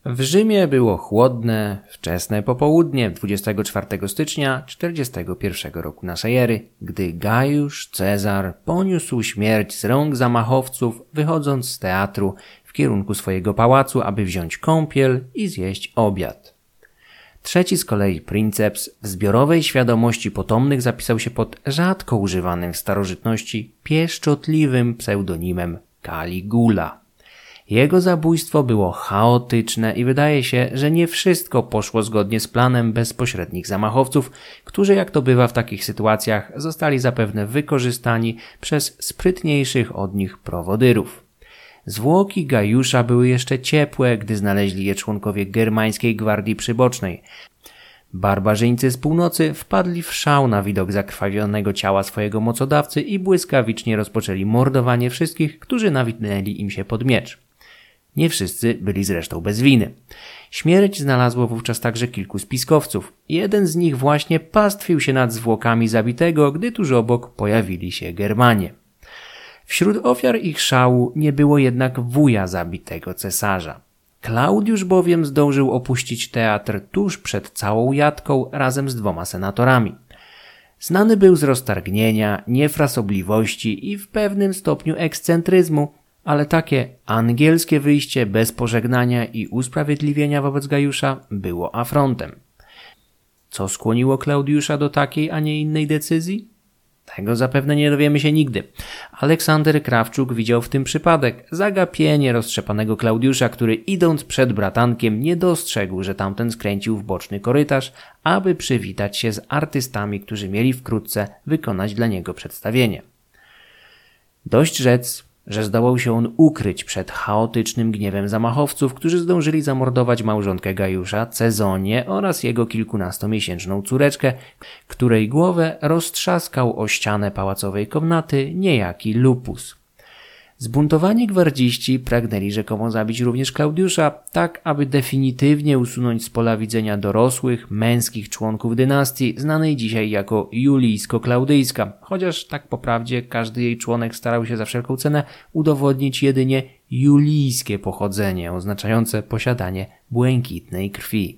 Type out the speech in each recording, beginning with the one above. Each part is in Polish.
W Rzymie było chłodne, wczesne popołudnie 24 stycznia 41 roku naszej ery, gdy Gajusz Cezar poniósł śmierć z rąk zamachowców, wychodząc z teatru w kierunku swojego pałacu, aby wziąć kąpiel i zjeść obiad. Trzeci z kolei princeps w zbiorowej świadomości potomnych zapisał się pod rzadko używanym w starożytności pieszczotliwym pseudonimem Caligula. Jego zabójstwo było chaotyczne i wydaje się, że nie wszystko poszło zgodnie z planem bezpośrednich zamachowców, którzy, jak to bywa w takich sytuacjach, zostali zapewne wykorzystani przez sprytniejszych od nich prowodyrów. Zwłoki Gajusza były jeszcze ciepłe, gdy znaleźli je członkowie germańskiej gwardii przybocznej. Barbarzyńcy z północy wpadli w szał na widok zakrwawionego ciała swojego mocodawcy i błyskawicznie rozpoczęli mordowanie wszystkich, którzy nawinęli im się pod miecz. Nie wszyscy byli zresztą bez winy. Śmierć znalazło wówczas także kilku spiskowców. Jeden z nich właśnie pastwił się nad zwłokami zabitego, gdy tuż obok pojawili się Germanie. Wśród ofiar ich szału nie było jednak wuja zabitego cesarza. Klaudiusz bowiem zdążył opuścić teatr tuż przed całą jatką razem z 2 senatorami. Znany był z roztargnienia, niefrasobliwości i w pewnym stopniu ekscentryzmu, ale takie angielskie wyjście bez pożegnania i usprawiedliwienia wobec Gajusza było afrontem. Co skłoniło Klaudiusza do takiej, a nie innej decyzji? Tego zapewne nie dowiemy się nigdy. Aleksander Krawczuk widział w tym przypadek zagapienie roztrzepanego Klaudiusza, który idąc przed bratankiem nie dostrzegł, że tamten skręcił w boczny korytarz, aby przywitać się z artystami, którzy mieli wkrótce wykonać dla niego przedstawienie. Dość rzec, że zdołał się on ukryć przed chaotycznym gniewem zamachowców, którzy zdążyli zamordować małżonkę Gajusza, Cezonię oraz jego kilkunastomiesięczną córeczkę, której głowę roztrzaskał o ścianę pałacowej komnaty niejaki Lupus. Zbuntowani gwardziści pragnęli rzekomo zabić również Klaudiusza, tak aby definitywnie usunąć z pola widzenia dorosłych, męskich członków dynastii, znanej dzisiaj jako julijsko-klaudyjska, chociaż tak po prawdzie każdy jej członek starał się za wszelką cenę udowodnić jedynie julijskie pochodzenie, oznaczające posiadanie błękitnej krwi.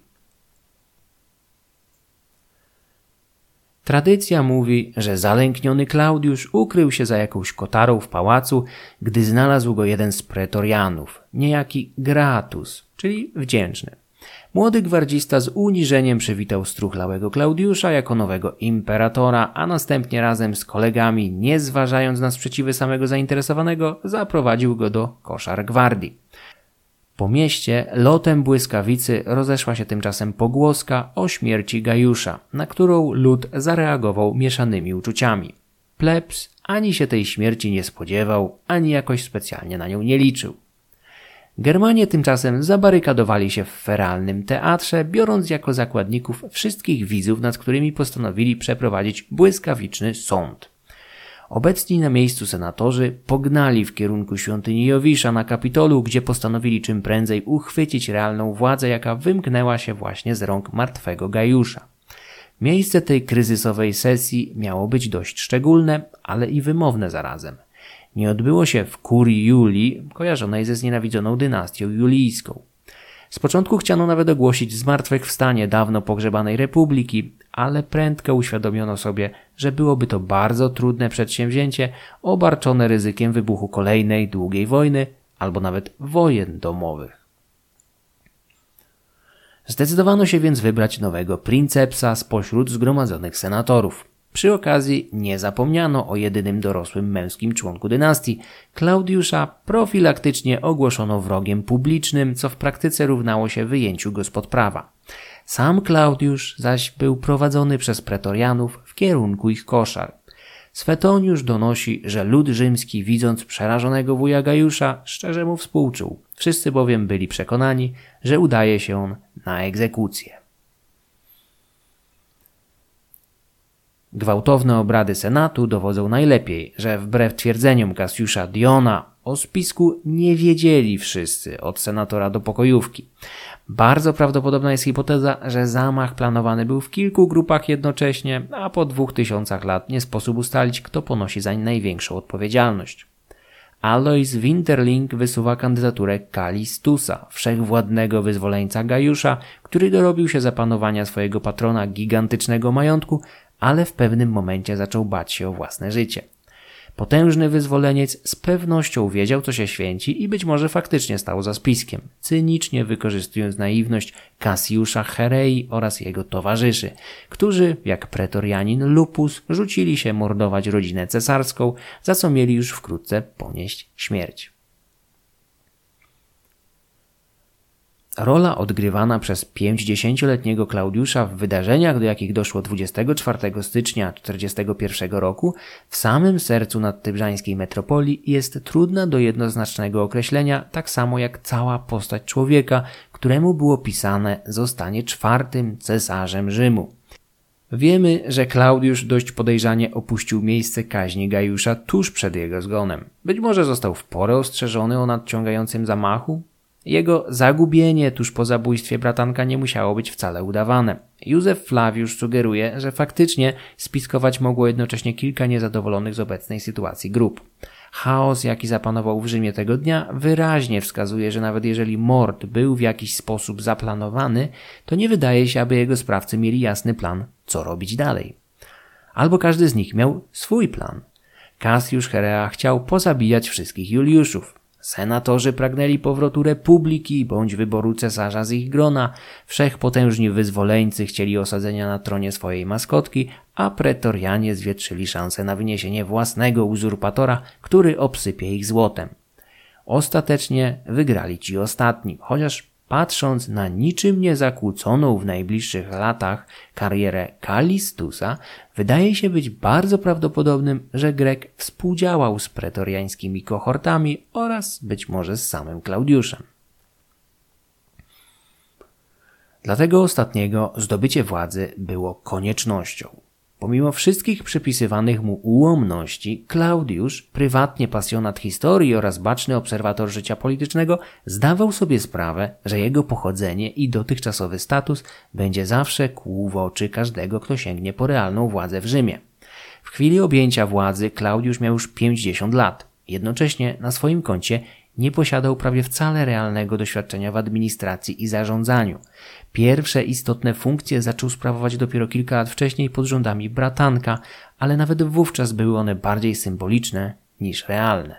Tradycja mówi, że zalękniony Klaudiusz ukrył się za jakąś kotarą w pałacu, gdy znalazł go jeden z pretorianów, niejaki Gratus, czyli wdzięczny. Młody gwardzista z uniżeniem przywitał struchlałego Klaudiusza jako nowego imperatora, a następnie razem z kolegami, nie zważając na sprzeciwy samego zainteresowanego, zaprowadził go do koszar gwardii. Po mieście lotem błyskawicy rozeszła się tymczasem pogłoska o śmierci Gajusza, na którą lud zareagował mieszanymi uczuciami. Plebs ani się tej śmierci nie spodziewał, ani jakoś specjalnie na nią nie liczył. Germanie tymczasem zabarykadowali się w feralnym teatrze, biorąc jako zakładników wszystkich widzów, nad którymi postanowili przeprowadzić błyskawiczny sąd. Obecni na miejscu senatorzy pognali w kierunku świątyni Jowisza na Kapitolu, gdzie postanowili czym prędzej uchwycić realną władzę, jaka wymknęła się właśnie z rąk martwego Gajusza. Miejsce tej kryzysowej sesji miało być dość szczególne, ale i wymowne zarazem. Nie odbyło się w kurii Julii, kojarzonej ze znienawidzoną dynastią julijską. Z początku chciano nawet ogłosić zmartwychwstanie dawno pogrzebanej republiki, ale prędko uświadomiono sobie, że byłoby to bardzo trudne przedsięwzięcie, obarczone ryzykiem wybuchu kolejnej długiej wojny albo nawet wojen domowych. Zdecydowano się więc wybrać nowego princepsa spośród zgromadzonych senatorów. Przy okazji nie zapomniano o jedynym dorosłym męskim członku dynastii. Klaudiusza profilaktycznie ogłoszono wrogiem publicznym, co w praktyce równało się wyjęciu go spod prawa. Sam Klaudiusz zaś był prowadzony przez pretorianów w kierunku ich koszar. Swetoniusz donosi, że lud rzymski, widząc przerażonego wuja Gajusza, szczerze mu współczuł. Wszyscy bowiem byli przekonani, że udaje się on na egzekucję. Gwałtowne obrady senatu dowodzą najlepiej, że wbrew twierdzeniom Cassiusza Diona o spisku nie wiedzieli wszyscy od senatora do pokojówki. Bardzo prawdopodobna jest hipoteza, że zamach planowany był w kilku grupach jednocześnie, a po 2000 lat nie sposób ustalić, kto ponosi zań największą odpowiedzialność. Alois Winterling wysuwa kandydaturę Kalistusa, wszechwładnego wyzwoleńca Gajusza, który dorobił się zapanowania swojego patrona gigantycznego majątku, ale w pewnym momencie zaczął bać się o własne życie. Potężny wyzwoleniec z pewnością wiedział, co się święci i być może faktycznie stał za spiskiem, cynicznie wykorzystując naiwność Cassiusza Herei oraz jego towarzyszy, którzy, jak pretorianin Lupus, rzucili się mordować rodzinę cesarską, za co mieli już wkrótce ponieść śmierć. Rola odgrywana przez 50-letniego Klaudiusza w wydarzeniach, do jakich doszło 24 stycznia 1941 roku w samym sercu nadtybrzańskiej metropolii jest trudna do jednoznacznego określenia, tak samo jak cała postać człowieka, któremu było pisane zostanie 4. cesarzem Rzymu. Wiemy, że Klaudiusz dość podejrzanie opuścił miejsce kaźni Gajusza tuż przed jego zgonem. Być może został w porę ostrzeżony o nadciągającym zamachu? Jego zagubienie tuż po zabójstwie bratanka nie musiało być wcale udawane. Józef Flawiusz sugeruje, że faktycznie spiskować mogło jednocześnie kilka niezadowolonych z obecnej sytuacji grup. Chaos, jaki zapanował w Rzymie tego dnia, wyraźnie wskazuje, że nawet jeżeli mord był w jakiś sposób zaplanowany, to nie wydaje się, aby jego sprawcy mieli jasny plan, co robić dalej. Albo każdy z nich miał swój plan. Cassius Herea chciał pozabijać wszystkich Juliuszów. Senatorzy pragnęli powrotu republiki bądź wyboru cesarza z ich grona, wszechpotężni wyzwoleńcy chcieli osadzenia na tronie swojej maskotki, a pretorianie zwietrzyli szansę na wyniesienie własnego uzurpatora, który obsypie ich złotem. Ostatecznie wygrali ci ostatni, chociaż patrząc na niczym niezakłóconą w najbliższych latach karierę Kalistusa, wydaje się być bardzo prawdopodobnym, że Grek współdziałał z pretoriańskimi kohortami oraz być może z samym Klaudiuszem. Dla tego ostatniego zdobycie władzy było koniecznością. Pomimo wszystkich przypisywanych mu ułomności, Klaudiusz, prywatnie pasjonat historii oraz baczny obserwator życia politycznego, zdawał sobie sprawę, że jego pochodzenie i dotychczasowy status będzie zawsze kłuł w oczy każdego, kto sięgnie po realną władzę w Rzymie. W chwili objęcia władzy Klaudiusz miał już 50 lat. Jednocześnie na swoim koncie nie posiadał prawie wcale realnego doświadczenia w administracji i zarządzaniu. Pierwsze istotne funkcje zaczął sprawować dopiero kilka lat wcześniej pod rządami bratanka, ale nawet wówczas były one bardziej symboliczne niż realne.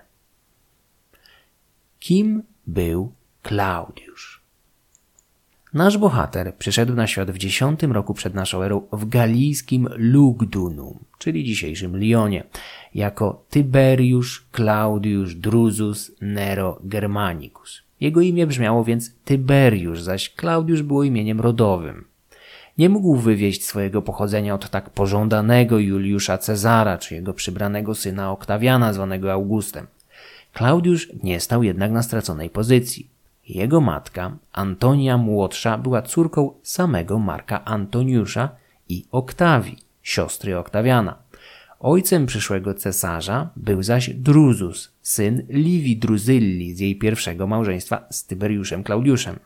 Kim był Klaudiusz? Nasz bohater przyszedł na świat w 10 roku przed naszą erą w galijskim Lugdunum, czyli dzisiejszym Lyonie, jako Tiberiusz Claudius Drusus Nero Germanicus. Jego imię brzmiało więc Tyberiusz, zaś Klaudiusz było imieniem rodowym. Nie mógł wywieźć swojego pochodzenia od tak pożądanego Juliusza Cezara, czy jego przybranego syna Oktawiana, zwanego Augustem. Klaudiusz nie stał jednak na straconej pozycji. Jego matka, Antonia Młodsza, była córką samego Marka Antoniusza i Oktawii, siostry Oktawiana. Ojcem przyszłego cesarza był zaś Drusus, syn Livii Druzylli z jej pierwszego małżeństwa z Tyberiuszem Klaudiuszem.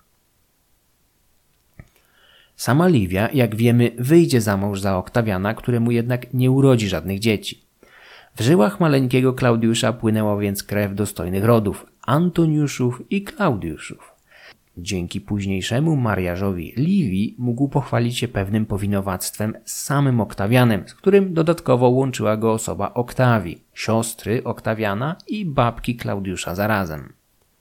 Sama Livia, jak wiemy, wyjdzie za mąż za Oktawiana, któremu jednak nie urodzi żadnych dzieci. W żyłach maleńkiego Klaudiusza płynęła więc krew dostojnych rodów, Antoniuszów i Klaudiuszów. Dzięki późniejszemu mariażowi Livii mógł pochwalić się pewnym powinowactwem z samym Oktawianem, z którym dodatkowo łączyła go osoba Oktawii, siostry Oktawiana i babki Klaudiusza zarazem.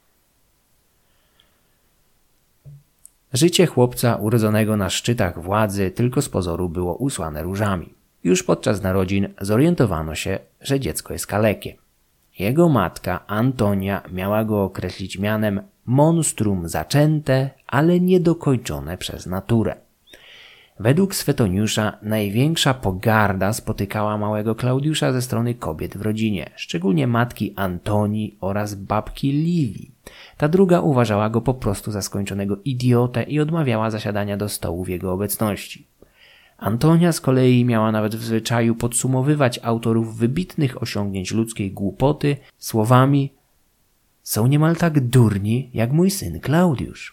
Życie chłopca urodzonego na szczytach władzy tylko z pozoru było usłane różami. Już podczas narodzin zorientowano się, że dziecko jest kalekie. Jego matka Antonia miała go określić mianem monstrum zaczęte, ale niedokończone przez naturę. Według Swetoniusza największa pogarda spotykała małego Klaudiusza ze strony kobiet w rodzinie, szczególnie matki Antonii oraz babki Livii. Ta druga uważała go po prostu za skończonego idiotę i odmawiała zasiadania do stołu w jego obecności. Antonia z kolei miała nawet w zwyczaju podsumowywać autorów wybitnych osiągnięć ludzkiej głupoty słowami: są niemal tak durni jak mój syn Klaudiusz.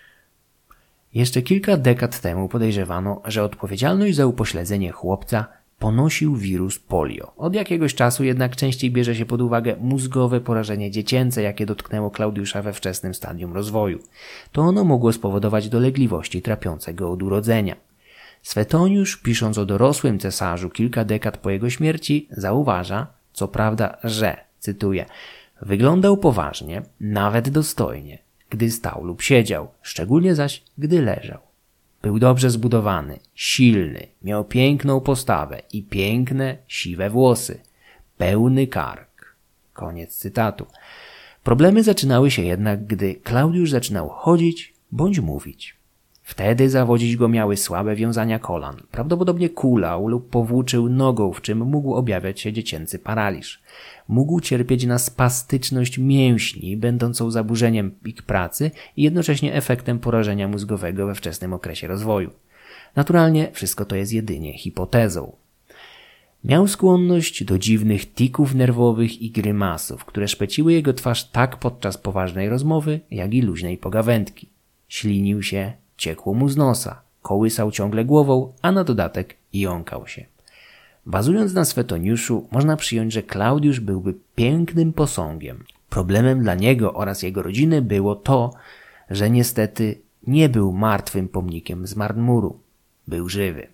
Jeszcze kilka dekad temu podejrzewano, że odpowiedzialność za upośledzenie chłopca ponosił wirus polio. Od jakiegoś czasu jednak częściej bierze się pod uwagę mózgowe porażenie dziecięce, jakie dotknęło Klaudiusza we wczesnym stadium rozwoju. To ono mogło spowodować dolegliwości trapiące go od urodzenia. Swetoniusz, pisząc o dorosłym cesarzu kilka dekad po jego śmierci, zauważa, co prawda, że, cytuję, wyglądał poważnie, nawet dostojnie, gdy stał lub siedział, szczególnie zaś, gdy leżał. Był dobrze zbudowany, silny, miał piękną postawę i piękne, siwe włosy, pełny kark. Koniec cytatu. Problemy zaczynały się jednak, gdy Klaudiusz zaczynał chodzić bądź mówić. Wtedy zawodzić go miały słabe wiązania kolan, prawdopodobnie kulał lub powłóczył nogą, w czym mógł objawiać się dziecięcy paraliż. Mógł cierpieć na spastyczność mięśni, będącą zaburzeniem ich pracy i jednocześnie efektem porażenia mózgowego we wczesnym okresie rozwoju. Naturalnie wszystko to jest jedynie hipotezą. Miał skłonność do dziwnych tików nerwowych i grymasów, które szpeciły jego twarz tak podczas poważnej rozmowy, jak i luźnej pogawędki. Ślinił się, ciekło mu z nosa, kołysał ciągle głową, a na dodatek jąkał się. Bazując na Swetoniuszu, można przyjąć, że Klaudiusz byłby pięknym posągiem. Problemem dla niego oraz jego rodziny było to, że niestety nie był martwym pomnikiem z marmuru. Był żywy.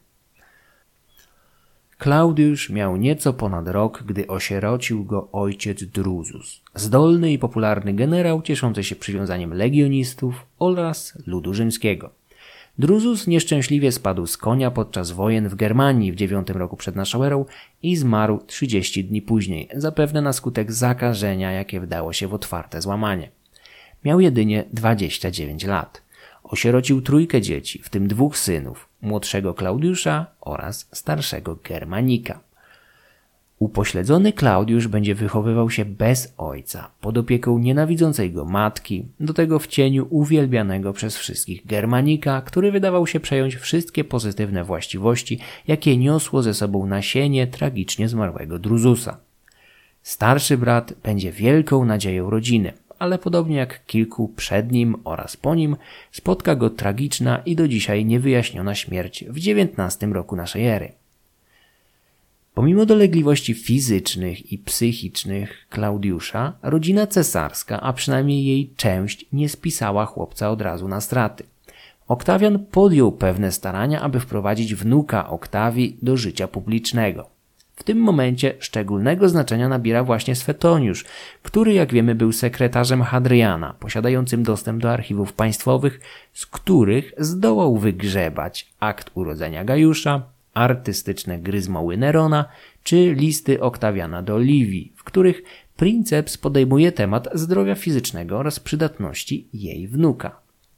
Klaudiusz miał nieco ponad rok, gdy osierocił go ojciec Drusus, zdolny i popularny generał cieszący się przywiązaniem legionistów oraz ludu rzymskiego. Drusus nieszczęśliwie spadł z konia podczas wojen w Germanii w 9 roku przed naszą erą i zmarł 30 dni później, zapewne na skutek zakażenia, jakie wdało się w otwarte złamanie. Miał jedynie 29 lat. Osierocił 3 dzieci, w tym 2 synów, młodszego Klaudiusza oraz starszego Germanika. Upośledzony Klaudiusz będzie wychowywał się bez ojca, pod opieką nienawidzącej go matki, do tego w cieniu uwielbianego przez wszystkich Germanika, który wydawał się przejąć wszystkie pozytywne właściwości, jakie niosło ze sobą nasienie tragicznie zmarłego Drususa. Starszy brat będzie wielką nadzieją rodziny, ale podobnie jak kilku przed nim oraz po nim, spotka go tragiczna i do dzisiaj niewyjaśniona śmierć w 19 roku naszej ery. Pomimo dolegliwości fizycznych i psychicznych Klaudiusza, rodzina cesarska, a przynajmniej jej część, nie spisała chłopca od razu na straty. Oktawian podjął pewne starania, aby wprowadzić wnuka Oktawii do życia publicznego. W tym momencie szczególnego znaczenia nabiera właśnie Swetoniusz, który, jak wiemy, był sekretarzem Hadriana, posiadającym dostęp do archiwów państwowych, z których zdołał wygrzebać akt urodzenia Gajusza, artystyczne gryzmoły Nerona czy listy Oktawiana do Liwii, w których princeps podejmuje temat zdrowia fizycznego oraz przydatności jej wnuka.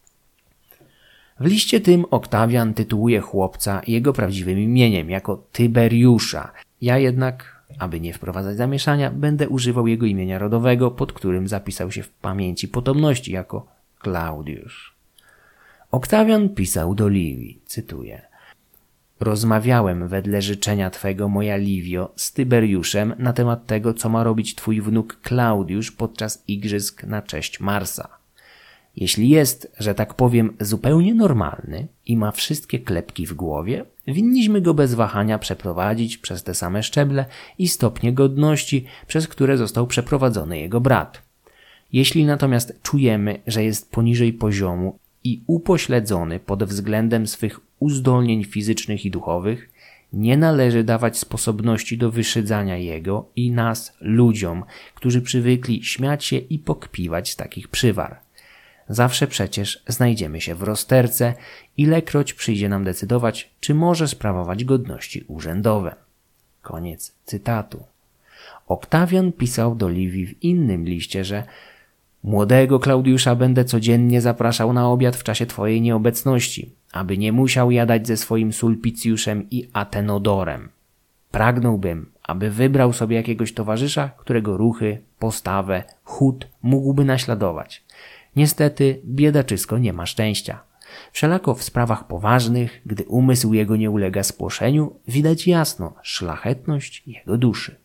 W liście tym Oktawian tytułuje chłopca jego prawdziwym imieniem jako Tyberiusza. Ja jednak, aby nie wprowadzać zamieszania, będę używał jego imienia rodowego, pod którym zapisał się w pamięci potomności jako Klaudiusz. Oktawian pisał do Liwii, cytuję: rozmawiałem wedle życzenia twego, moja Liwio, z Tyberiuszem na temat tego, co ma robić twój wnuk Klaudiusz podczas igrzysk na cześć Marsa. Jeśli jest, że tak powiem, zupełnie normalny i ma wszystkie klepki w głowie, winniśmy go bez wahania przeprowadzić przez te same szczeble i stopnie godności, przez które został przeprowadzony jego brat. Jeśli natomiast czujemy, że jest poniżej poziomu i upośledzony pod względem swych uzdolnień fizycznych i duchowych, nie należy dawać sposobności do wyszydzania jego i nas, ludziom, którzy przywykli śmiać się i pokpiwać z takich przywar. Zawsze przecież znajdziemy się w rozterce, ilekroć przyjdzie nam decydować, czy może sprawować godności urzędowe. Koniec cytatu. Oktawian pisał do Liwii w innym liście, że młodego Klaudiusza będę codziennie zapraszał na obiad w czasie twojej nieobecności, aby nie musiał jadać ze swoim Sulpicjuszem i Atenodorem. Pragnąłbym, aby wybrał sobie jakiegoś towarzysza, którego ruchy, postawę, chód mógłby naśladować. Niestety, biedaczysko nie ma szczęścia. Wszelako w sprawach poważnych, gdy umysł jego nie ulega spłoszeniu, widać jasno szlachetność jego duszy.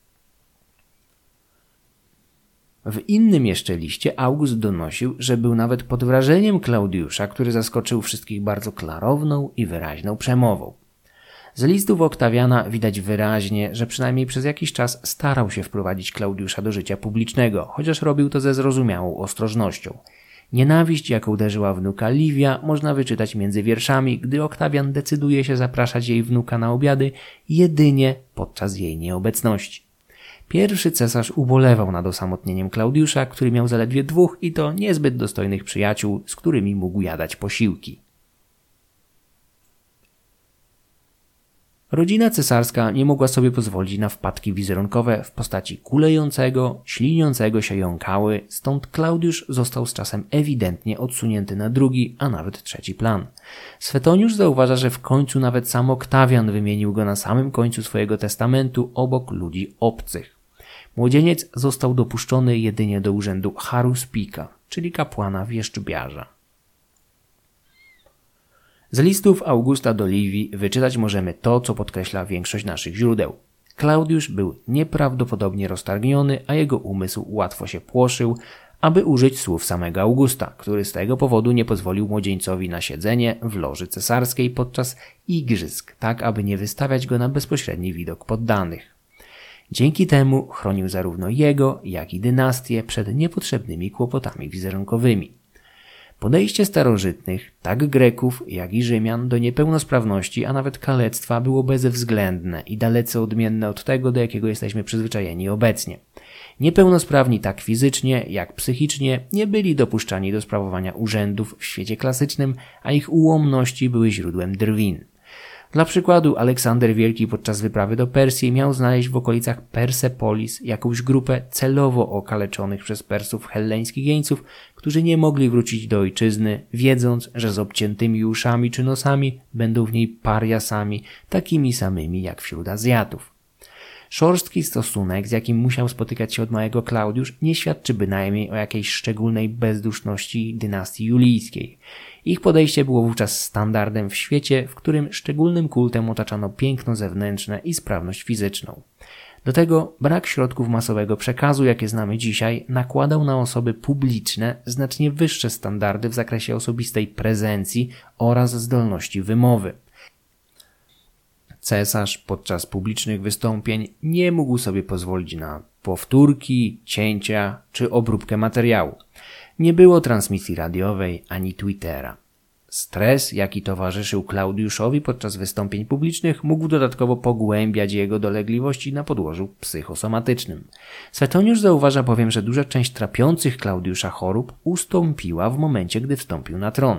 W innym jeszcze liście August donosił, że był nawet pod wrażeniem Klaudiusza, który zaskoczył wszystkich bardzo klarowną i wyraźną przemową. Z listów Oktawiana widać wyraźnie, że przynajmniej przez jakiś czas starał się wprowadzić Klaudiusza do życia publicznego, chociaż robił to ze zrozumiałą ostrożnością. Nienawiść, jaką uderzyła wnuka Livia, można wyczytać między wierszami, gdy Oktawian decyduje się zapraszać jej wnuka na obiady jedynie podczas jej nieobecności. Pierwszy cesarz ubolewał nad osamotnieniem Klaudiusza, który miał zaledwie 2 i to niezbyt dostojnych przyjaciół, z którymi mógł jadać posiłki. Rodzina cesarska nie mogła sobie pozwolić na wpadki wizerunkowe w postaci kulejącego, śliniącego się jąkały, stąd Klaudiusz został z czasem ewidentnie odsunięty na drugi, a nawet trzeci plan. Swetoniusz zauważa, że w końcu nawet sam Oktawian wymienił go na samym końcu swojego testamentu obok ludzi obcych. Młodzieniec został dopuszczony jedynie do urzędu haruspika, czyli kapłana wieszczbiarza. Z listów Augusta do Livii wyczytać możemy to, co podkreśla większość naszych źródeł. Klaudiusz był nieprawdopodobnie roztargniony, a jego umysł łatwo się płoszył, aby użyć słów samego Augusta, który z tego powodu nie pozwolił młodzieńcowi na siedzenie w loży cesarskiej podczas igrzysk, tak aby nie wystawiać go na bezpośredni widok poddanych. Dzięki temu chronił zarówno jego, jak i dynastię przed niepotrzebnymi kłopotami wizerunkowymi. Podejście starożytnych, tak Greków, jak i Rzymian, do niepełnosprawności, a nawet kalectwa było bezwzględne i dalece odmienne od tego, do jakiego jesteśmy przyzwyczajeni obecnie. Niepełnosprawni tak fizycznie, jak psychicznie nie byli dopuszczani do sprawowania urzędów w świecie klasycznym, a ich ułomności były źródłem drwin. Dla przykładu Aleksander Wielki podczas wyprawy do Persji miał znaleźć w okolicach Persepolis jakąś grupę celowo okaleczonych przez Persów helleńskich jeńców, którzy nie mogli wrócić do ojczyzny, wiedząc, że z obciętymi uszami czy nosami będą w niej pariasami, takimi samymi jak wśród Azjatów. Szorstki stosunek, z jakim musiał spotykać się od małego Klaudiusz, nie świadczy bynajmniej o jakiejś szczególnej bezduszności dynastii julijskiej. Ich podejście było wówczas standardem w świecie, w którym szczególnym kultem otaczano piękno zewnętrzne i sprawność fizyczną. Do tego brak środków masowego przekazu, jakie znamy dzisiaj, nakładał na osoby publiczne znacznie wyższe standardy w zakresie osobistej prezencji oraz zdolności wymowy. Cesarz podczas publicznych wystąpień nie mógł sobie pozwolić na powtórki, cięcia czy obróbkę materiału. Nie było transmisji radiowej ani Twittera. Stres, jaki towarzyszył Klaudiuszowi podczas wystąpień publicznych, mógł dodatkowo pogłębiać jego dolegliwości na podłożu psychosomatycznym. Swetoniusz zauważa bowiem, że duża część trapiących Klaudiusza chorób ustąpiła w momencie, gdy wstąpił na tron.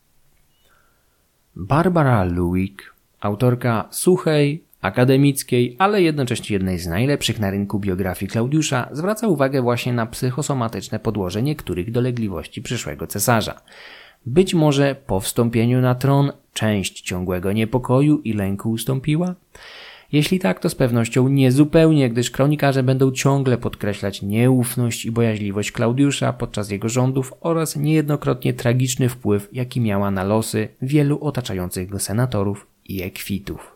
Barbara Luik, autorka suchej, akademickiej, ale jednocześnie jednej z najlepszych na rynku biografii Klaudiusza, zwraca uwagę właśnie na psychosomatyczne podłoże niektórych dolegliwości przyszłego cesarza. Być może po wstąpieniu na tron część ciągłego niepokoju i lęku ustąpiła? Jeśli tak, to z pewnością niezupełnie, gdyż kronikarze będą ciągle podkreślać nieufność i bojaźliwość Klaudiusza podczas jego rządów oraz niejednokrotnie tragiczny wpływ, jaki miała na losy wielu otaczających go senatorów i ekwitów.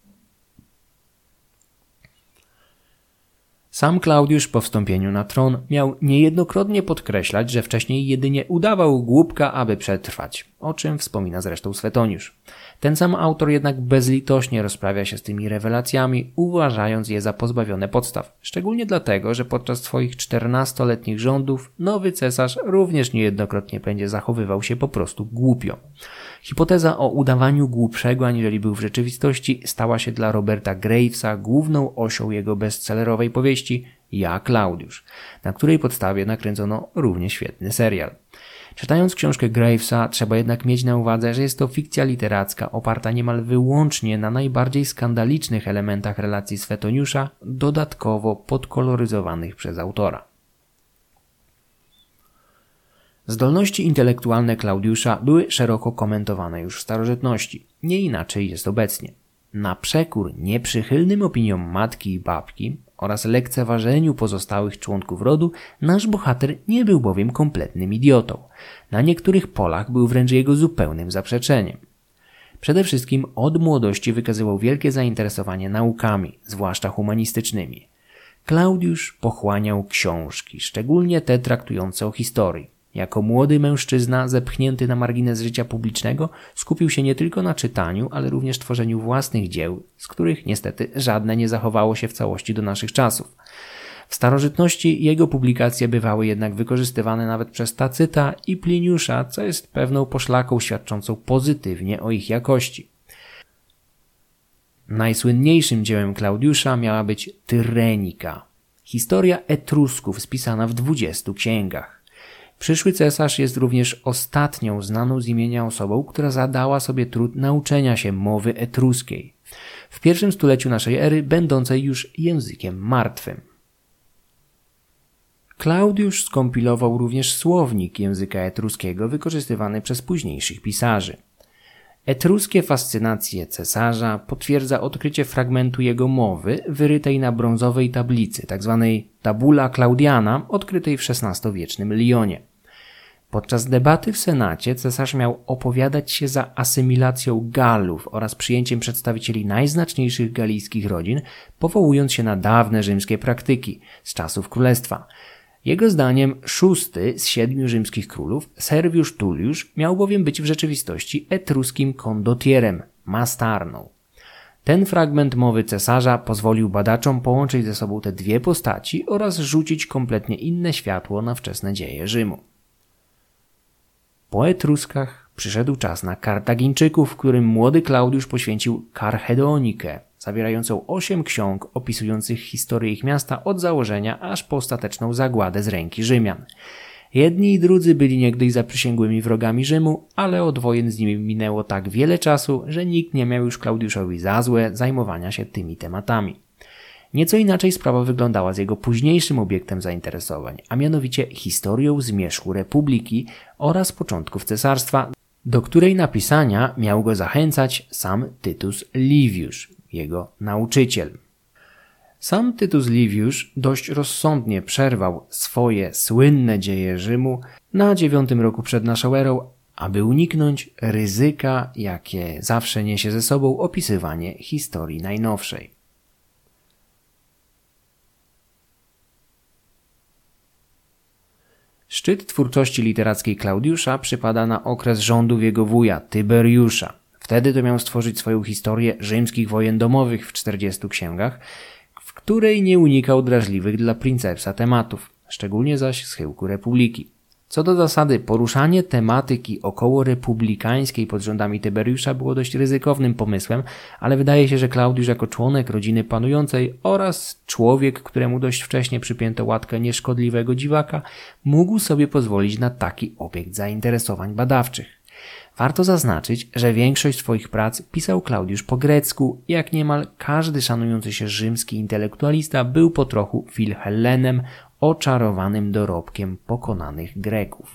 Sam Klaudiusz po wstąpieniu na tron miał niejednokrotnie podkreślać, że wcześniej jedynie udawał głupka, aby przetrwać, o czym wspomina zresztą Swetoniusz. Ten sam autor jednak bezlitośnie rozprawia się z tymi rewelacjami, uważając je za pozbawione podstaw. Szczególnie dlatego, że podczas swoich 14-letnich rządów nowy cesarz również niejednokrotnie będzie zachowywał się po prostu głupio. Hipoteza o udawaniu głupszego, aniżeli był w rzeczywistości, stała się dla Roberta Gravesa główną osią jego bestsellerowej powieści Ja, Klaudiusz, na której podstawie nakręcono równie świetny serial. Czytając książkę Gravesa, trzeba jednak mieć na uwadze, że jest to fikcja literacka oparta niemal wyłącznie na najbardziej skandalicznych elementach relacji Swetoniusza, dodatkowo podkoloryzowanych przez autora. Zdolności intelektualne Klaudiusza były szeroko komentowane już w starożytności. Nie inaczej jest obecnie. Na przekór nieprzychylnym opiniom matki i babki oraz lekceważeniu pozostałych członków rodu, nasz bohater nie był bowiem kompletnym idiotą. Na niektórych polach był wręcz jego zupełnym zaprzeczeniem. Przede wszystkim od młodości wykazywał wielkie zainteresowanie naukami, zwłaszcza humanistycznymi. Klaudiusz pochłaniał książki, szczególnie te traktujące o historii. Jako młody mężczyzna zepchnięty na margines życia publicznego skupił się nie tylko na czytaniu, ale również tworzeniu własnych dzieł, z których niestety żadne nie zachowało się w całości do naszych czasów. W starożytności jego publikacje bywały jednak wykorzystywane nawet przez Tacyta i Pliniusza, co jest pewną poszlaką świadczącą pozytywnie o ich jakości. Najsłynniejszym dziełem Klaudiusza miała być Tyrenika, historia Etrusków spisana w 20 księgach. Przyszły cesarz jest również ostatnią znaną z imienia osobą, która zadała sobie trud nauczenia się mowy etruskiej, w pierwszym stuleciu naszej ery będącej już językiem martwym. Klaudiusz skompilował również słownik języka etruskiego wykorzystywany przez późniejszych pisarzy. Etruskie fascynacje cesarza potwierdza odkrycie fragmentu jego mowy wyrytej na brązowej tablicy, tzw. Tabula Claudiana, odkrytej w XVI-wiecznym Lyonie. Podczas debaty w Senacie cesarz miał opowiadać się za asymilacją Galów oraz przyjęciem przedstawicieli najznaczniejszych galijskich rodzin, powołując się na dawne rzymskie praktyki z czasów królestwa. Jego zdaniem szósty z 7 rzymskich królów, Servius Tullius, miał bowiem być w rzeczywistości etruskim kondotierem, mastarną. Ten fragment mowy cesarza pozwolił badaczom połączyć ze sobą te dwie postaci oraz rzucić kompletnie inne światło na wczesne dzieje Rzymu. Po Etruskach przyszedł czas na Kartagińczyków, którym młody Klaudiusz poświęcił Karchedonikę, zawierającą 8 ksiąg opisujących historię ich miasta od założenia aż po ostateczną zagładę z ręki Rzymian. Jedni i drudzy byli niegdyś zaprzysięgłymi wrogami Rzymu, ale od wojen z nimi minęło tak wiele czasu, że nikt nie miał już Klaudiuszowi za złe zajmowania się tymi tematami. Nieco inaczej sprawa wyglądała z jego późniejszym obiektem zainteresowań, a mianowicie historią zmierzchu Republiki oraz początków cesarstwa, do której napisania miał go zachęcać sam Tytus Livius, jego nauczyciel. Sam Tytus Livius dość rozsądnie przerwał swoje słynne dzieje Rzymu na 9 roku przed naszą erą, aby uniknąć ryzyka, jakie zawsze niesie ze sobą opisywanie historii najnowszej. Szczyt twórczości literackiej Klaudiusza przypada na okres rządów jego wuja, Tyberiusza. Wtedy to miał stworzyć swoją historię rzymskich wojen domowych w 40 księgach, w której nie unikał drażliwych dla princepsa tematów, szczególnie zaś schyłku republiki. Co do zasady, poruszanie tematyki około republikańskiej pod rządami Tyberiusza było dość ryzykownym pomysłem, ale wydaje się, że Klaudiusz jako członek rodziny panującej oraz człowiek, któremu dość wcześnie przypięto łatkę nieszkodliwego dziwaka, mógł sobie pozwolić na taki obiekt zainteresowań badawczych. Warto zaznaczyć, że większość swoich prac pisał Klaudiusz po grecku, jak niemal każdy szanujący się rzymski intelektualista był po trochu Filhellenem, oczarowanym dorobkiem pokonanych Greków.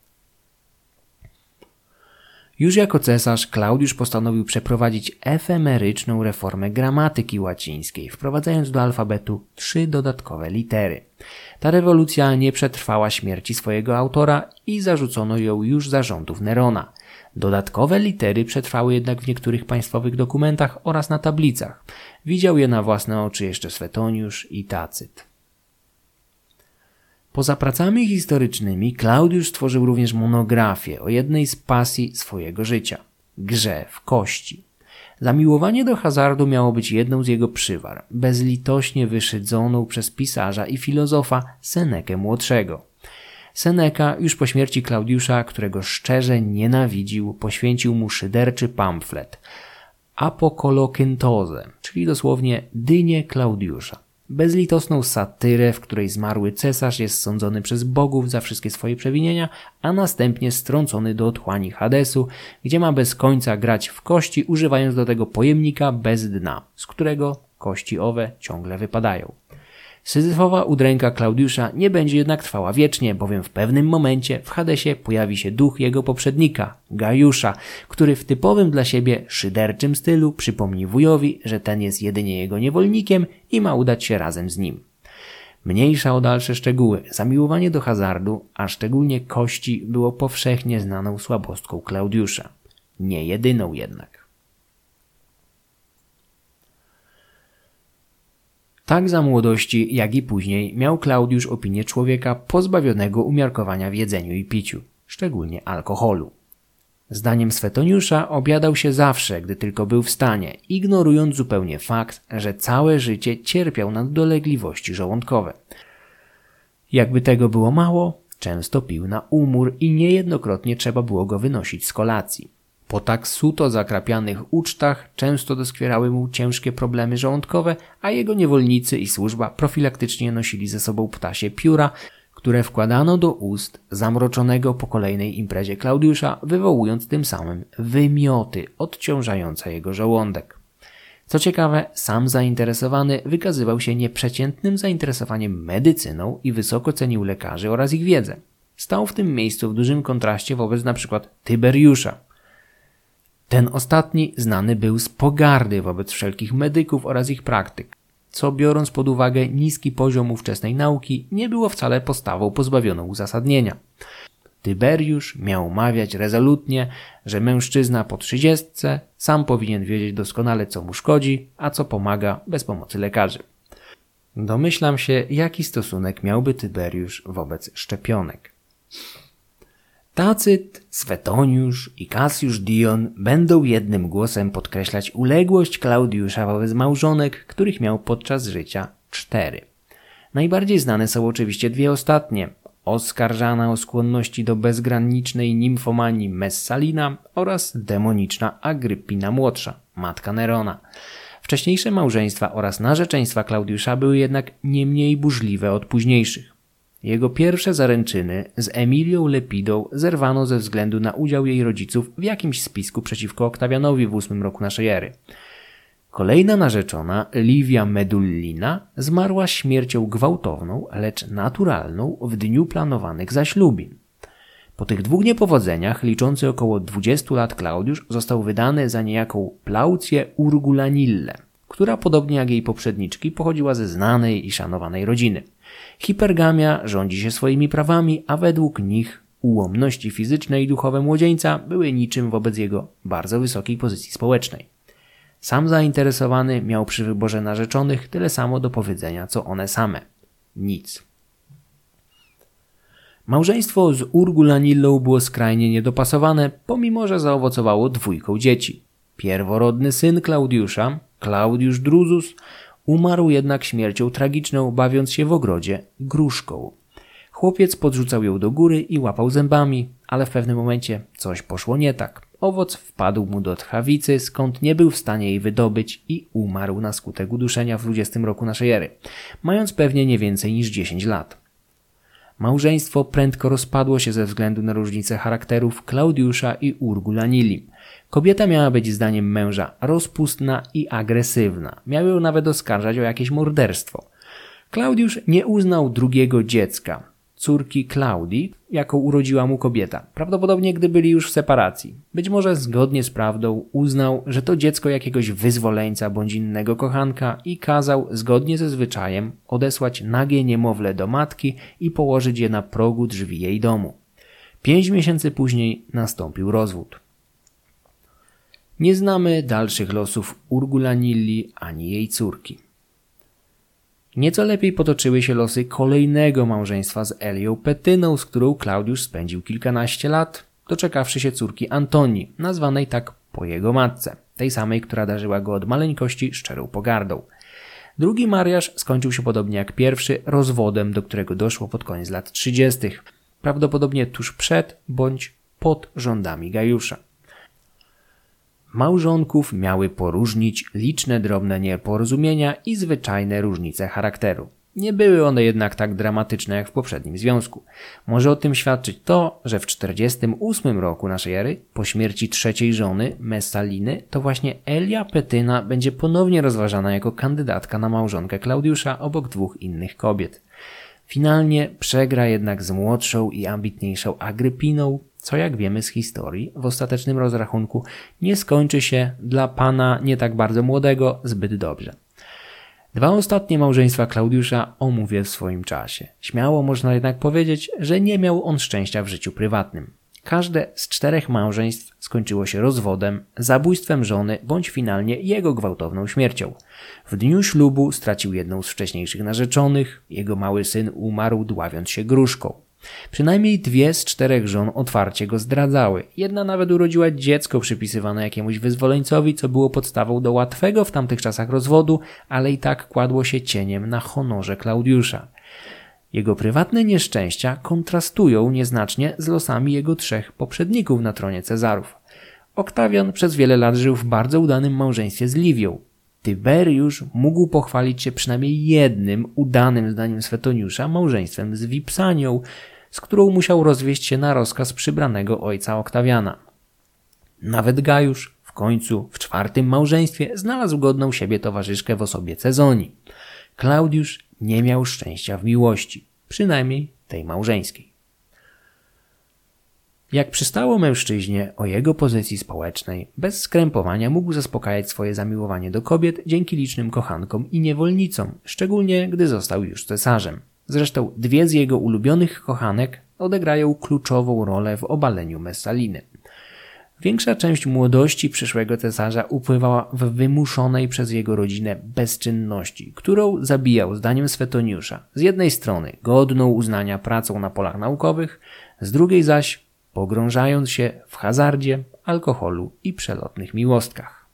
Już jako cesarz Klaudiusz postanowił przeprowadzić efemeryczną reformę gramatyki łacińskiej, wprowadzając do alfabetu 3 dodatkowe litery. Ta rewolucja nie przetrwała śmierci swojego autora i zarzucono ją już za rządów Nerona. Dodatkowe litery przetrwały jednak w niektórych państwowych dokumentach oraz na tablicach. Widział je na własne oczy jeszcze Swetoniusz i Tacyt. Poza pracami historycznymi Klaudiusz stworzył również monografię o jednej z pasji swojego życia – grze w kości. Zamiłowanie do hazardu miało być jedną z jego przywar, bezlitośnie wyszydzoną przez pisarza i filozofa Senekę młodszego. Seneca już po śmierci Klaudiusza, którego szczerze nienawidził, poświęcił mu szyderczy pamflet Apokolokyntozę, czyli dosłownie dynię Klaudiusza. Bezlitosną satyrę, w której zmarły cesarz jest sądzony przez bogów za wszystkie swoje przewinienia, a następnie strącony do otchłani Hadesu, gdzie ma bez końca grać w kości, używając do tego pojemnika bez dna, z którego kości owe ciągle wypadają. Syzyfowa udręka Klaudiusza nie będzie jednak trwała wiecznie, bowiem w pewnym momencie w Hadesie pojawi się duch jego poprzednika, Gajusza, który w typowym dla siebie szyderczym stylu przypomni wujowi, że ten jest jedynie jego niewolnikiem i ma udać się razem z nim. Mniejsza o dalsze szczegóły, zamiłowanie do hazardu, a szczególnie kości, było powszechnie znaną słabostką Klaudiusza. Nie jedyną jednak. Tak za młodości, jak i później miał Klaudiusz opinię człowieka pozbawionego umiarkowania w jedzeniu i piciu, szczególnie alkoholu. Zdaniem Swetoniusza obiadał się zawsze, gdy tylko był w stanie, ignorując zupełnie fakt, że całe życie cierpiał na dolegliwości żołądkowe. Jakby tego było mało, często pił na umór i niejednokrotnie trzeba było go wynosić z kolacji. Po tak suto zakrapianych ucztach często doskwierały mu ciężkie problemy żołądkowe, a jego niewolnicy i służba profilaktycznie nosili ze sobą ptasie pióra, które wkładano do ust zamroczonego po kolejnej imprezie Klaudiusza, wywołując tym samym wymioty odciążające jego żołądek. Co ciekawe, sam zainteresowany wykazywał się nieprzeciętnym zainteresowaniem medycyną i wysoko cenił lekarzy oraz ich wiedzę. Stał w tym miejscu w dużym kontraście wobec np. Tyberiusza. Ten ostatni znany był z pogardy wobec wszelkich medyków oraz ich praktyk, co biorąc pod uwagę niski poziom ówczesnej nauki nie było wcale postawą pozbawioną uzasadnienia. Tyberiusz miał mawiać rezolutnie, że mężczyzna po 30 sam powinien wiedzieć doskonale, co mu szkodzi, a co pomaga bez pomocy lekarzy. Domyślam się, jaki stosunek miałby Tyberiusz wobec szczepionek. Tacyt, Swetoniusz i Cassius Dion będą jednym głosem podkreślać uległość Klaudiusza wobec małżonek, których miał podczas życia 4. Najbardziej znane są oczywiście dwie ostatnie, oskarżana o skłonności do bezgranicznej nimfomanii Messalina oraz demoniczna Agryppina młodsza, matka Nerona. Wcześniejsze małżeństwa oraz narzeczeństwa Klaudiusza były jednak nie mniej burzliwe od późniejszych. Jego pierwsze zaręczyny z Emilią Lepidą zerwano ze względu na udział jej rodziców w jakimś spisku przeciwko Oktawianowi w 8 roku naszej ery. Kolejna narzeczona, Livia Medullina, zmarła śmiercią gwałtowną, lecz naturalną w dniu planowanych zaślubin. Po tych dwóch niepowodzeniach, liczący około 20 lat, Klaudiusz został wydany za niejaką Plaucję Urgulanillę, która podobnie jak jej poprzedniczki pochodziła ze znanej i szanowanej rodziny. Hipergamia rządzi się swoimi prawami, a według nich ułomności fizyczne i duchowe młodzieńca były niczym wobec jego bardzo wysokiej pozycji społecznej. Sam zainteresowany miał przy wyborze narzeczonych tyle samo do powiedzenia, co one same. Nic. Małżeństwo z Urgulanillą było skrajnie niedopasowane, pomimo że zaowocowało 2 dzieci. Pierworodny syn Klaudiusza, Claudius Drusus, umarł jednak śmiercią tragiczną, bawiąc się w ogrodzie gruszką. Chłopiec podrzucał ją do góry i łapał zębami, ale w pewnym momencie coś poszło nie tak. Owoc wpadł mu do tchawicy, skąd nie był w stanie jej wydobyć i umarł na skutek uduszenia w 20 roku naszej ery, mając pewnie nie więcej niż 10 lat. Małżeństwo prędko rozpadło się ze względu na różnice charakterów Klaudiusza i Urgulanilli. Kobieta miała być zdaniem męża rozpustna i agresywna. Miał ją nawet oskarżać o jakieś morderstwo. Klaudiusz nie uznał drugiego dziecka, córki Klaudii, jaką urodziła mu kobieta. Prawdopodobnie gdy byli już w separacji. Być może zgodnie z prawdą uznał, że to dziecko jakiegoś wyzwoleńca bądź innego kochanka i kazał, zgodnie ze zwyczajem, odesłać nagie niemowlę do matki i położyć je na progu drzwi jej domu. 5 miesięcy później nastąpił rozwód. Nie znamy dalszych losów Urgulanilli ani jej córki. Nieco lepiej potoczyły się losy kolejnego małżeństwa z Elią Petyną, z którą Klaudiusz spędził kilkanaście lat, doczekawszy się córki Antonii, nazwanej tak po jego matce, tej samej, która darzyła go od maleńkości szczerą pogardą. Drugi mariaż skończył się podobnie jak pierwszy rozwodem, do którego doszło pod koniec lat 30., prawdopodobnie tuż przed bądź pod rządami Gajusza. Małżonków miały poróżnić liczne drobne nieporozumienia i zwyczajne różnice charakteru. Nie były one jednak tak dramatyczne jak w poprzednim związku. Może o tym świadczyć to, że w 48 roku naszej ery, po śmierci trzeciej żony, Messaliny, to właśnie Elia Petyna będzie ponownie rozważana jako kandydatka na małżonkę Klaudiusza obok 2 innych kobiet. Finalnie przegra jednak z młodszą i ambitniejszą Agrypiną, co jak wiemy z historii, w ostatecznym rozrachunku nie skończy się dla pana nie tak bardzo młodego zbyt dobrze. 2 ostatnie małżeństwa Klaudiusza omówię w swoim czasie. Śmiało można jednak powiedzieć, że nie miał on szczęścia w życiu prywatnym. Każde z 4 małżeństw skończyło się rozwodem, zabójstwem żony bądź finalnie jego gwałtowną śmiercią. W dniu ślubu stracił jedną z wcześniejszych narzeczonych, jego mały syn umarł dławiąc się gruszką. Przynajmniej 2 z 4 żon otwarcie go zdradzały. Jedna nawet urodziła dziecko przypisywane jakiemuś wyzwoleńcowi, co było podstawą do łatwego w tamtych czasach rozwodu, ale i tak kładło się cieniem na honorze Klaudiusza. Jego prywatne nieszczęścia kontrastują nieznacznie z losami jego 3 poprzedników na tronie Cezarów. Oktawian przez wiele lat żył w bardzo udanym małżeństwie z Liwią. Tyberiusz mógł pochwalić się przynajmniej jednym udanym zdaniem Swetoniusza małżeństwem z Vipsanią, z którą musiał rozwieść się na rozkaz przybranego ojca Oktawiana. Nawet Gajusz w końcu w 4. małżeństwie znalazł godną siebie towarzyszkę w osobie Cezonii. Klaudiusz nie miał szczęścia w miłości, przynajmniej tej małżeńskiej. Jak przystało mężczyźnie o jego pozycji społecznej, bez skrępowania mógł zaspokajać swoje zamiłowanie do kobiet dzięki licznym kochankom i niewolnicom, szczególnie gdy został już cesarzem. Zresztą 2 z jego ulubionych kochanek odegrają kluczową rolę w obaleniu Messaliny. Większa część młodości przyszłego cesarza upływała w wymuszonej przez jego rodzinę bezczynności, którą zabijał zdaniem Swetoniusza z jednej strony godną uznania pracą na polach naukowych, z drugiej zaś pogrążając się w hazardzie, alkoholu i przelotnych miłostkach.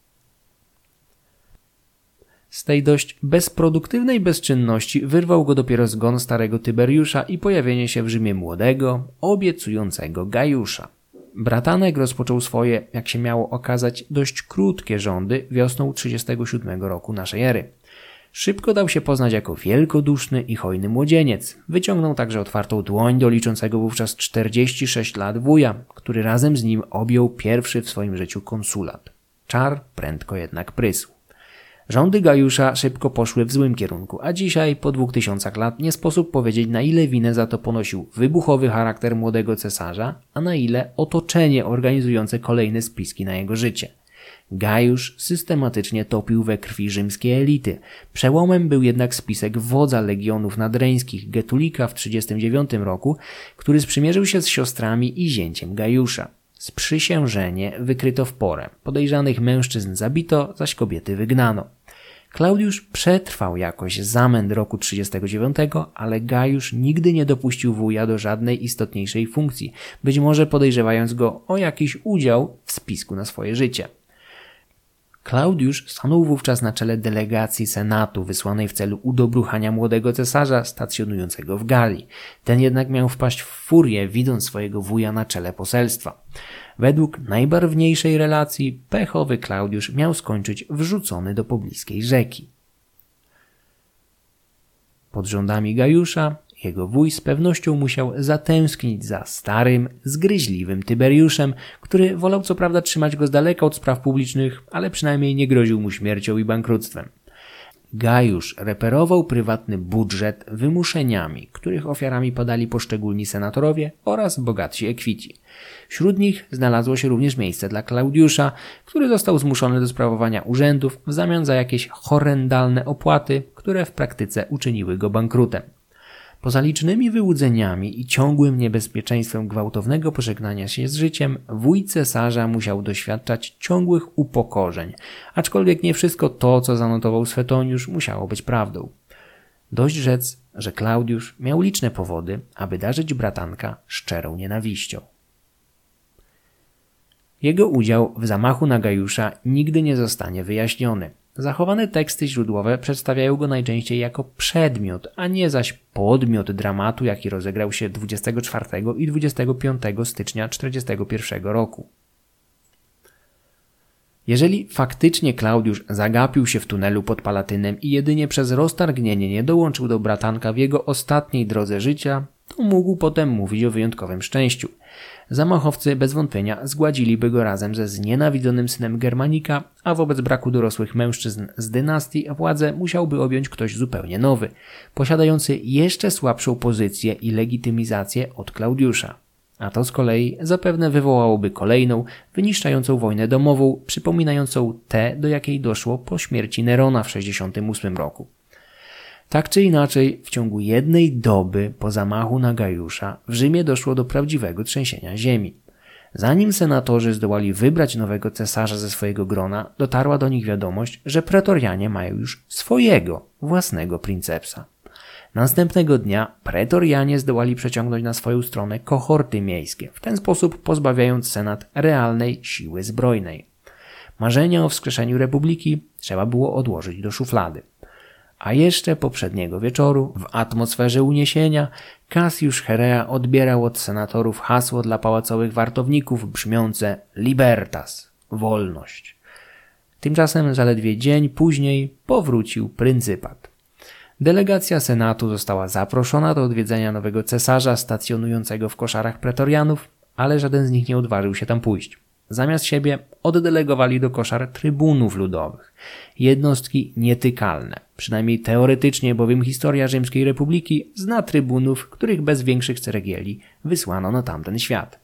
Z tej dość bezproduktywnej bezczynności wyrwał go dopiero zgon starego Tyberiusza i pojawienie się w Rzymie młodego, obiecującego Gajusza. Bratanek rozpoczął swoje, jak się miało okazać, dość krótkie rządy wiosną 37 roku naszej ery. Szybko dał się poznać jako wielkoduszny i hojny młodzieniec. Wyciągnął także otwartą dłoń do liczącego wówczas 46 lat wuja, który razem z nim objął pierwszy w swoim życiu konsulat. Czar prędko jednak prysł. Rządy Gajusza szybko poszły w złym kierunku, a dzisiaj, po 2000 lat, nie sposób powiedzieć, na ile winę za to ponosił wybuchowy charakter młodego cesarza, a na ile otoczenie organizujące kolejne spiski na jego życie. Gajusz systematycznie topił we krwi rzymskie elity. Przełomem był jednak spisek wodza legionów nadreńskich Getulika w 39 roku, który sprzymierzył się z siostrami i zięciem Gajusza. Sprzysiężenie wykryto w porę. Podejrzanych mężczyzn zabito, zaś kobiety wygnano. Klaudiusz przetrwał jakoś zamęt roku 39, ale Gajusz nigdy nie dopuścił wuja do żadnej istotniejszej funkcji, być może podejrzewając go o jakiś udział w spisku na swoje życie. Klaudiusz stanął wówczas na czele delegacji senatu wysłanej w celu udobruchania młodego cesarza stacjonującego w Galii. Ten jednak miał wpaść w furię, widząc swojego wuja na czele poselstwa. Według najbarwniejszej relacji pechowy Klaudiusz miał skończyć wrzucony do pobliskiej rzeki. Pod rządami Gajusza jego wuj z pewnością musiał zatęsknić za starym, zgryźliwym Tyberiuszem, który wolał co prawda trzymać go z daleka od spraw publicznych, ale przynajmniej nie groził mu śmiercią i bankructwem. Gajusz reperował prywatny budżet wymuszeniami, których ofiarami padali poszczególni senatorowie oraz bogatsi ekwici. Wśród nich znalazło się również miejsce dla Klaudiusza, który został zmuszony do sprawowania urzędów w zamian za jakieś horrendalne opłaty, które w praktyce uczyniły go bankrutem. Poza licznymi wyłudzeniami i ciągłym niebezpieczeństwem gwałtownego pożegnania się z życiem, wuj cesarza musiał doświadczać ciągłych upokorzeń, aczkolwiek nie wszystko to, co zanotował Swetoniusz, musiało być prawdą. Dość rzec, że Klaudiusz miał liczne powody, aby darzyć bratanka szczerą nienawiścią. Jego udział w zamachu na Gajusza nigdy nie zostanie wyjaśniony. Zachowane teksty źródłowe przedstawiają go najczęściej jako przedmiot, a nie zaś podmiot dramatu, jaki rozegrał się 24 i 25 stycznia 1941 roku. Jeżeli faktycznie Klaudiusz zagapił się w tunelu pod Palatynem i jedynie przez roztargnienie nie dołączył do bratanka w jego ostatniej drodze życia, to mógł potem mówić o wyjątkowym szczęściu. Zamachowcy bez wątpienia zgładziliby go razem ze znienawidzonym synem Germanika, a wobec braku dorosłych mężczyzn z dynastii władzę musiałby objąć ktoś zupełnie nowy, posiadający jeszcze słabszą pozycję i legitymizację od Klaudiusza. A to z kolei zapewne wywołałoby kolejną, wyniszczającą wojnę domową, przypominającą tę, do jakiej doszło po śmierci Nerona w 68 roku. Tak czy inaczej, w ciągu jednej doby po zamachu na Gajusza w Rzymie doszło do prawdziwego trzęsienia ziemi. Zanim senatorzy zdołali wybrać nowego cesarza ze swojego grona, dotarła do nich wiadomość, że pretorianie mają już swojego, własnego princepsa. Następnego dnia pretorianie zdołali przeciągnąć na swoją stronę kohorty miejskie, w ten sposób pozbawiając senat realnej siły zbrojnej. Marzenia o wskrzeszeniu republiki trzeba było odłożyć do szuflady. A jeszcze poprzedniego wieczoru, w atmosferze uniesienia, Cassius Cherea odbierał od senatorów hasło dla pałacowych wartowników brzmiące Libertas, wolność. Tymczasem zaledwie dzień później powrócił pryncypat. Delegacja senatu została zaproszona do odwiedzenia nowego cesarza stacjonującego w koszarach pretorianów, ale żaden z nich nie odważył się tam pójść. Zamiast siebie oddelegowali do koszar trybunów ludowych, jednostki nietykalne. Przynajmniej teoretycznie, bowiem historia Rzymskiej Republiki zna trybunów, których bez większych ceregieli wysłano na tamten świat.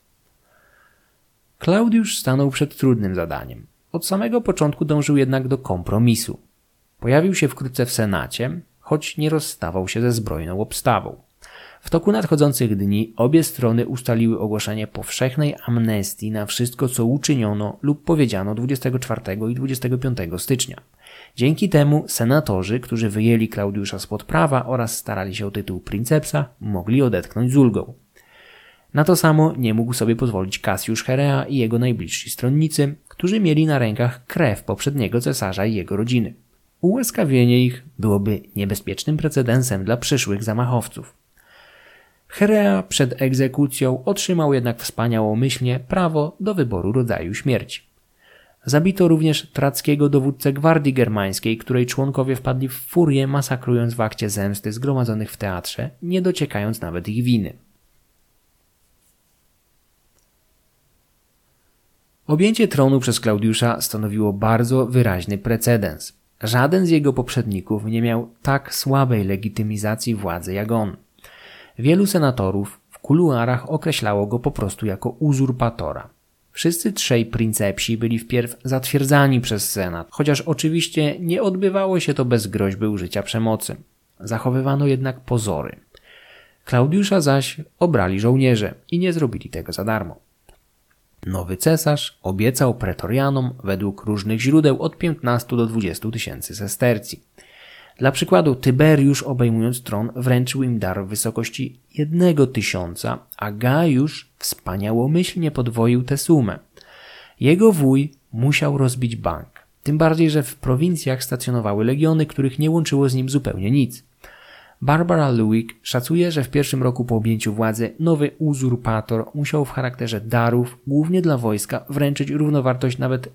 Klaudiusz stanął przed trudnym zadaniem. Od samego początku dążył jednak do kompromisu. Pojawił się wkrótce w Senacie, choć nie rozstawał się ze zbrojną obstawą. W toku nadchodzących dni obie strony ustaliły ogłoszenie powszechnej amnestii na wszystko, co uczyniono lub powiedziano 24 i 25 stycznia. Dzięki temu senatorzy, którzy wyjęli Klaudiusza spod prawa oraz starali się o tytuł princepsa, mogli odetchnąć z ulgą. Na to samo nie mógł sobie pozwolić Cassius Cherea i jego najbliżsi stronnicy, którzy mieli na rękach krew poprzedniego cesarza i jego rodziny. Ułaskawienie ich byłoby niebezpiecznym precedensem dla przyszłych zamachowców. Cherea przed egzekucją otrzymał jednak wspaniałomyślnie prawo do wyboru rodzaju śmierci. Zabito również trackiego dowódcę gwardii germańskiej, której członkowie wpadli w furię, masakrując w akcie zemsty zgromadzonych w teatrze, nie dociekając nawet ich winy. Objęcie tronu przez Klaudiusza stanowiło bardzo wyraźny precedens. Żaden z jego poprzedników nie miał tak słabej legitymizacji władzy jak on. Wielu senatorów w kuluarach określało go po prostu jako uzurpatora. Wszyscy trzej princepsi byli wpierw zatwierdzani przez senat, chociaż oczywiście nie odbywało się to bez groźby użycia przemocy. Zachowywano jednak pozory. Klaudiusza zaś obrali żołnierze i nie zrobili tego za darmo. Nowy cesarz obiecał pretorianom według różnych źródeł od 15 do 20 tysięcy sestercji. Dla przykładu Tyberiusz, obejmując tron, wręczył im dar w wysokości 1000, a Gajusz wspaniałomyślnie podwoił tę sumę. Jego wuj musiał rozbić bank, tym bardziej, że w prowincjach stacjonowały legiony, których nie łączyło z nim zupełnie nic. Barbara Luik szacuje, że w pierwszym roku po objęciu władzy nowy uzurpator musiał w charakterze darów, głównie dla wojska, wręczyć równowartość nawet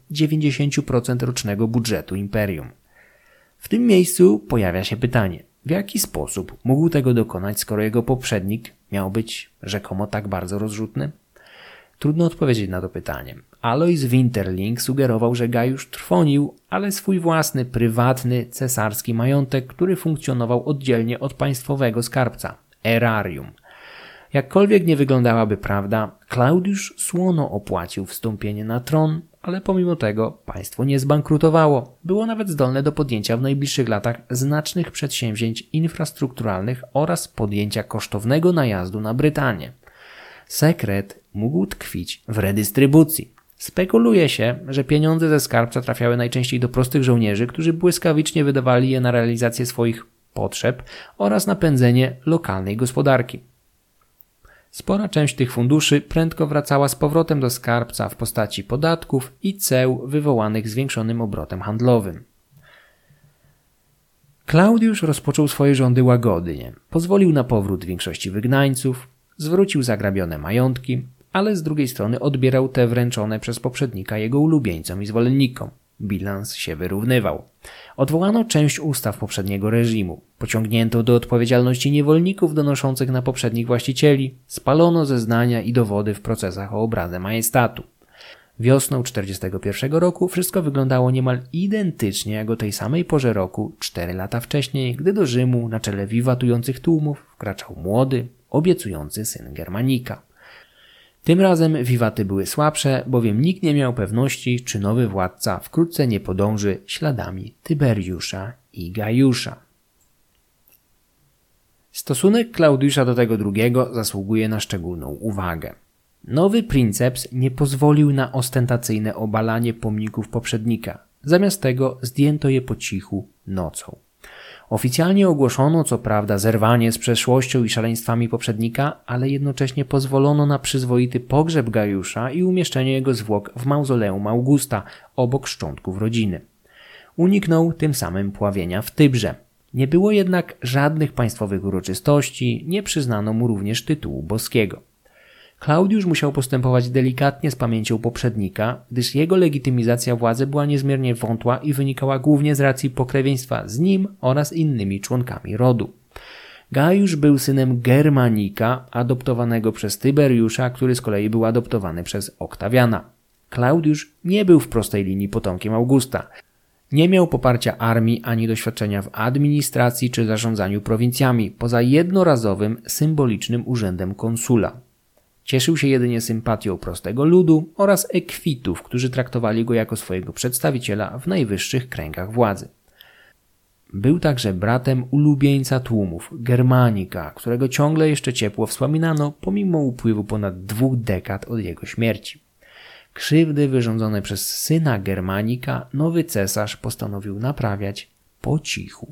90% rocznego budżetu imperium. W tym miejscu pojawia się pytanie, w jaki sposób mógł tego dokonać, skoro jego poprzednik miał być rzekomo tak bardzo rozrzutny? Trudno odpowiedzieć na to pytanie. Alois Winterling sugerował, że Gajusz trwonił, ale swój własny, prywatny, cesarski majątek, który funkcjonował oddzielnie od państwowego skarbca, erarium. Jakkolwiek nie wyglądałaby prawda, Klaudiusz słono opłacił wstąpienie na tron, ale pomimo tego państwo nie zbankrutowało. Było nawet zdolne do podjęcia w najbliższych latach znacznych przedsięwzięć infrastrukturalnych oraz podjęcia kosztownego najazdu na Brytanię. Sekret mógł tkwić w redystrybucji. Spekuluje się, że pieniądze ze skarbca trafiały najczęściej do prostych żołnierzy, którzy błyskawicznie wydawali je na realizację swoich potrzeb oraz na pędzenie lokalnej gospodarki. Spora część tych funduszy prędko wracała z powrotem do skarbca w postaci podatków i ceł wywołanych zwiększonym obrotem handlowym. Klaudiusz rozpoczął swoje rządy łagodnie. Pozwolił na powrót większości wygnańców, zwrócił zagrabione majątki, ale z drugiej strony odbierał te wręczone przez poprzednika jego ulubieńcom i zwolennikom. Bilans się wyrównywał. Odwołano część ustaw poprzedniego reżimu, pociągnięto do odpowiedzialności niewolników donoszących na poprzednich właścicieli, spalono zeznania i dowody w procesach o obrazę majestatu. Wiosną 1941 roku wszystko wyglądało niemal identycznie jak o tej samej porze roku 4 lata wcześniej, gdy do Rzymu na czele wiwatujących tłumów wkraczał młody, obiecujący syn Germanika. Tym razem wiwaty były słabsze, bowiem nikt nie miał pewności, czy nowy władca wkrótce nie podąży śladami Tyberiusza i Gajusza. Stosunek Klaudiusza do tego drugiego zasługuje na szczególną uwagę. Nowy princeps nie pozwolił na ostentacyjne obalanie pomników poprzednika. Zamiast tego zdjęto je po cichu nocą. Oficjalnie ogłoszono co prawda zerwanie z przeszłością i szaleństwami poprzednika, ale jednocześnie pozwolono na przyzwoity pogrzeb Gajusza i umieszczenie jego zwłok w mauzoleum Augusta obok szczątków rodziny. Uniknął tym samym pławienia w Tybrze. Nie było jednak żadnych państwowych uroczystości, nie przyznano mu również tytułu boskiego. Klaudiusz musiał postępować delikatnie z pamięcią poprzednika, gdyż jego legitymizacja władzy była niezmiernie wątła i wynikała głównie z racji pokrewieństwa z nim oraz innymi członkami rodu. Gajusz był synem Germanika, adoptowanego przez Tyberiusza, który z kolei był adoptowany przez Oktawiana. Klaudiusz nie był w prostej linii potomkiem Augusta. Nie miał poparcia armii ani doświadczenia w administracji czy zarządzaniu prowincjami, poza jednorazowym, symbolicznym urzędem konsula. Cieszył się jedynie sympatią prostego ludu oraz ekwitów, którzy traktowali go jako swojego przedstawiciela w najwyższych kręgach władzy. Był także bratem ulubieńca tłumów, Germanika, którego ciągle jeszcze ciepło wspominano pomimo upływu ponad 2 dekad od jego śmierci. Krzywdy wyrządzone przez syna Germanika nowy cesarz postanowił naprawiać po cichu.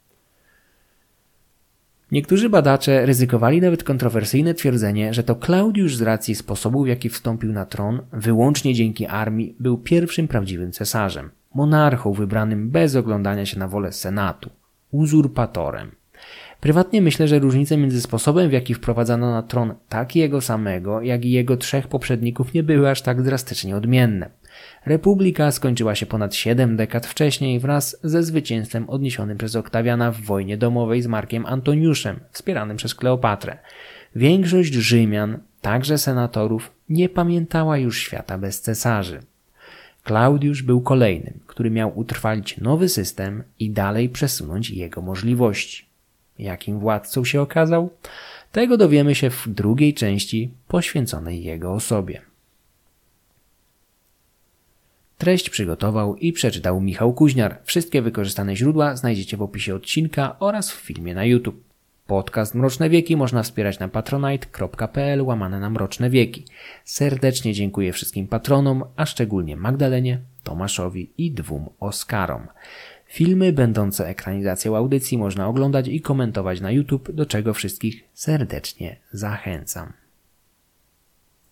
Niektórzy badacze ryzykowali nawet kontrowersyjne twierdzenie, że to Klaudiusz z racji sposobu, w jaki wstąpił na tron, wyłącznie dzięki armii, był pierwszym prawdziwym cesarzem, monarchą wybranym bez oglądania się na wolę senatu, uzurpatorem. Prywatnie myślę, że różnice między sposobem, w jaki wprowadzano na tron tak jego samego, jak i jego 3 poprzedników nie były aż tak drastycznie odmienne. Republika skończyła się ponad 7 dekad wcześniej wraz ze zwycięstwem odniesionym przez Oktawiana w wojnie domowej z Markiem Antoniuszem, wspieranym przez Kleopatrę. Większość Rzymian, także senatorów, nie pamiętała już świata bez cesarzy. Klaudiusz był kolejnym, który miał utrwalić nowy system i dalej przesunąć jego możliwości. Jakim władcą się okazał? Tego dowiemy się w drugiej części poświęconej jego osobie. Treść przygotował i przeczytał Michał Kuźniar. Wszystkie wykorzystane źródła znajdziecie w opisie odcinka oraz w filmie na YouTube. Podcast Mroczne Wieki można wspierać na patronite.pl/Mroczne Wieki. Serdecznie dziękuję wszystkim patronom, a szczególnie Magdalenie, Tomaszowi i 2 Oskarom. Filmy będące ekranizacją audycji można oglądać i komentować na YouTube, do czego wszystkich serdecznie zachęcam.